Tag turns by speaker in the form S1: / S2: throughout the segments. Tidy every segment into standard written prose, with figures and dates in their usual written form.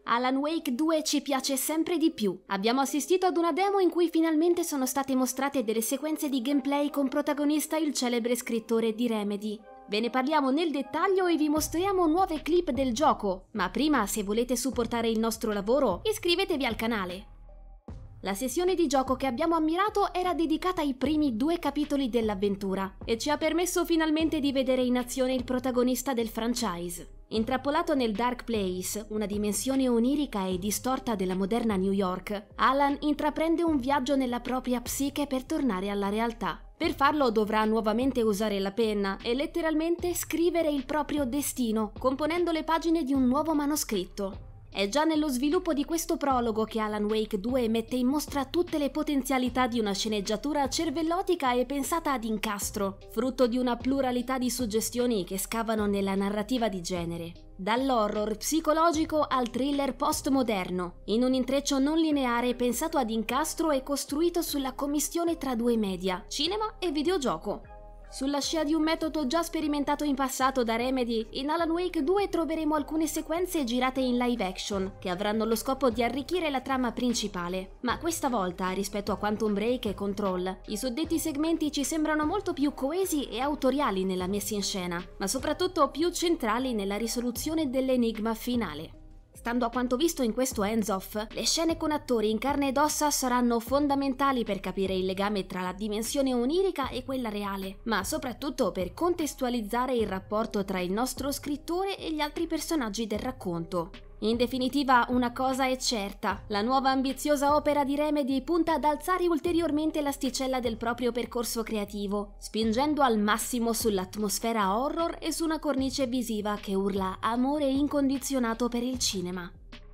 S1: Alan Wake 2 ci piace sempre di più. Abbiamo assistito ad una demo in cui finalmente sono state mostrate delle sequenze di gameplay con protagonista il celebre scrittore di Remedy. Ve ne parliamo nel dettaglio e vi mostriamo nuove clip del gioco, ma prima, se volete supportare il nostro lavoro, iscrivetevi al canale. La sessione di gioco che abbiamo ammirato era dedicata ai primi 2 capitoli dell'avventura e ci ha permesso finalmente di vedere in azione il protagonista del franchise. Intrappolato nel Dark Place, una dimensione onirica e distorta della moderna New York, Alan intraprende un viaggio nella propria psiche per tornare alla realtà. Per farlo dovrà nuovamente usare la penna e letteralmente scrivere il proprio destino, componendo le pagine di un nuovo manoscritto. È già nello sviluppo di questo prologo che Alan Wake 2 mette in mostra tutte le potenzialità di una sceneggiatura cervellotica e pensata ad incastro, frutto di una pluralità di suggestioni che scavano nella narrativa di genere. Dall'horror psicologico al thriller postmoderno, in un intreccio non lineare pensato ad incastro e costruito sulla commistione tra 2 media, cinema e videogioco. Sulla scia di un metodo già sperimentato in passato da Remedy, in Alan Wake 2 troveremo alcune sequenze girate in live action, che avranno lo scopo di arricchire la trama principale. Ma questa volta, rispetto a Quantum Break e Control, i suddetti segmenti ci sembrano molto più coesi e autoriali nella messa in scena, ma soprattutto più centrali nella risoluzione dell'enigma finale. Stando a quanto visto in questo hands-off, le scene con attori in carne ed ossa saranno fondamentali per capire il legame tra la dimensione onirica e quella reale, ma soprattutto per contestualizzare il rapporto tra il nostro scrittore e gli altri personaggi del racconto. In definitiva, una cosa è certa, la nuova ambiziosa opera di Remedy punta ad alzare ulteriormente l'asticella del proprio percorso creativo, spingendo al massimo sull'atmosfera horror e su una cornice visiva che urla amore incondizionato per il cinema.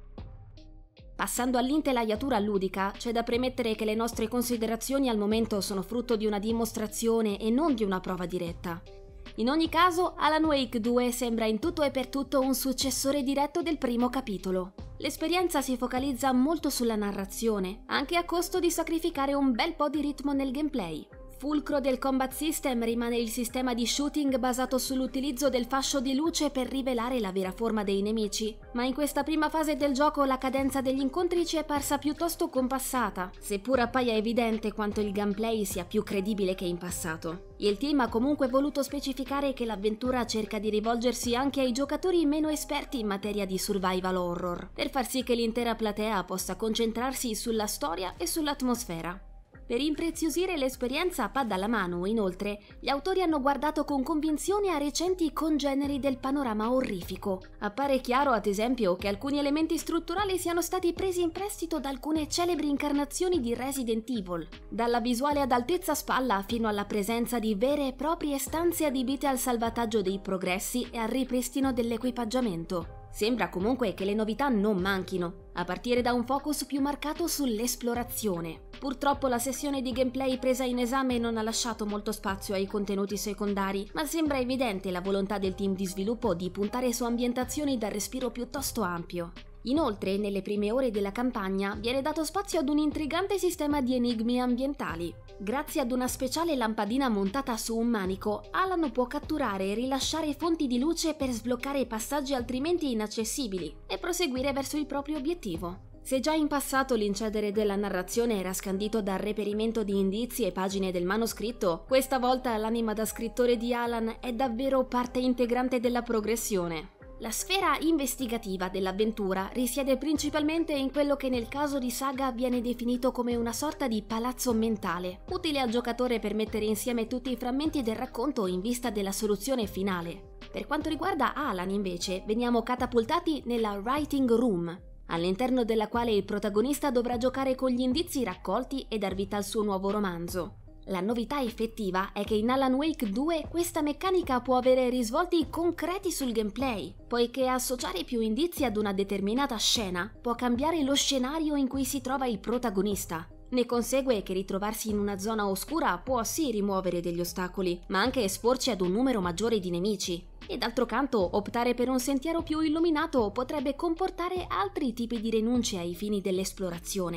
S1: Passando all'intelaiatura ludica, c'è da premettere che le nostre considerazioni al momento sono frutto di una dimostrazione e non di una prova diretta. In ogni caso, Alan Wake 2 sembra in tutto e per tutto un successore diretto del primo capitolo. L'esperienza si focalizza molto sulla narrazione, anche a costo di sacrificare un bel po' di ritmo nel gameplay. Fulcro del combat system rimane il sistema di shooting basato sull'utilizzo del fascio di luce per rivelare la vera forma dei nemici, ma in questa prima fase del gioco la cadenza degli incontri ci è parsa piuttosto compassata, seppur appaia evidente quanto il gameplay sia più credibile che in passato. Il team ha comunque voluto specificare che l'avventura cerca di rivolgersi anche ai giocatori meno esperti in materia di survival horror, per far sì che l'intera platea possa concentrarsi sulla storia e sull'atmosfera. Per impreziosire l'esperienza a pad alla mano, inoltre, gli autori hanno guardato con convinzione a recenti congeneri del panorama orrifico. Appare chiaro, ad esempio, che alcuni elementi strutturali siano stati presi in prestito da alcune celebri incarnazioni di Resident Evil, dalla visuale ad altezza spalla fino alla presenza di vere e proprie stanze adibite al salvataggio dei progressi e al ripristino dell'equipaggiamento. Sembra comunque che le novità non manchino, a partire da un focus più marcato sull'esplorazione. Purtroppo la sessione di gameplay presa in esame non ha lasciato molto spazio ai contenuti secondari, ma sembra evidente la volontà del team di sviluppo di puntare su ambientazioni dal respiro piuttosto ampio. Inoltre, nelle prime ore della campagna viene dato spazio ad un intrigante sistema di enigmi ambientali. Grazie ad una speciale lampadina montata su un manico, Alan può catturare e rilasciare fonti di luce per sbloccare passaggi altrimenti inaccessibili e proseguire verso il proprio obiettivo. Se già in passato l'incedere della narrazione era scandito dal reperimento di indizi e pagine del manoscritto, questa volta l'anima da scrittore di Alan è davvero parte integrante della progressione. La sfera investigativa dell'avventura risiede principalmente in quello che nel caso di Saga viene definito come una sorta di palazzo mentale, utile al giocatore per mettere insieme tutti i frammenti del racconto in vista della soluzione finale. Per quanto riguarda Alan, invece, veniamo catapultati nella Writing Room, all'interno della quale il protagonista dovrà giocare con gli indizi raccolti e dar vita al suo nuovo romanzo. La novità effettiva è che in Alan Wake 2 questa meccanica può avere risvolti concreti sul gameplay, poiché associare più indizi ad una determinata scena può cambiare lo scenario in cui si trova il protagonista. Ne consegue che ritrovarsi in una zona oscura può sì rimuovere degli ostacoli, ma anche esporci ad un numero maggiore di nemici. E d'altro canto, optare per un sentiero più illuminato potrebbe comportare altri tipi di rinunce ai fini dell'esplorazione.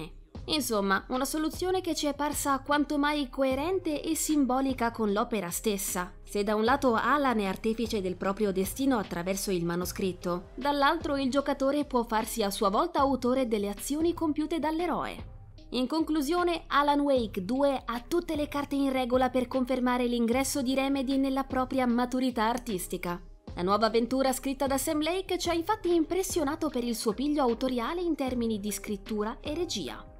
S1: Insomma, una soluzione che ci è parsa quanto mai coerente e simbolica con l'opera stessa. Se da un lato Alan è artefice del proprio destino attraverso il manoscritto, dall'altro il giocatore può farsi a sua volta autore delle azioni compiute dall'eroe. In conclusione, Alan Wake 2 ha tutte le carte in regola per confermare l'ingresso di Remedy nella propria maturità artistica. La nuova avventura scritta da Sam Lake ci ha infatti impressionato per il suo piglio autoriale in termini di scrittura e regia.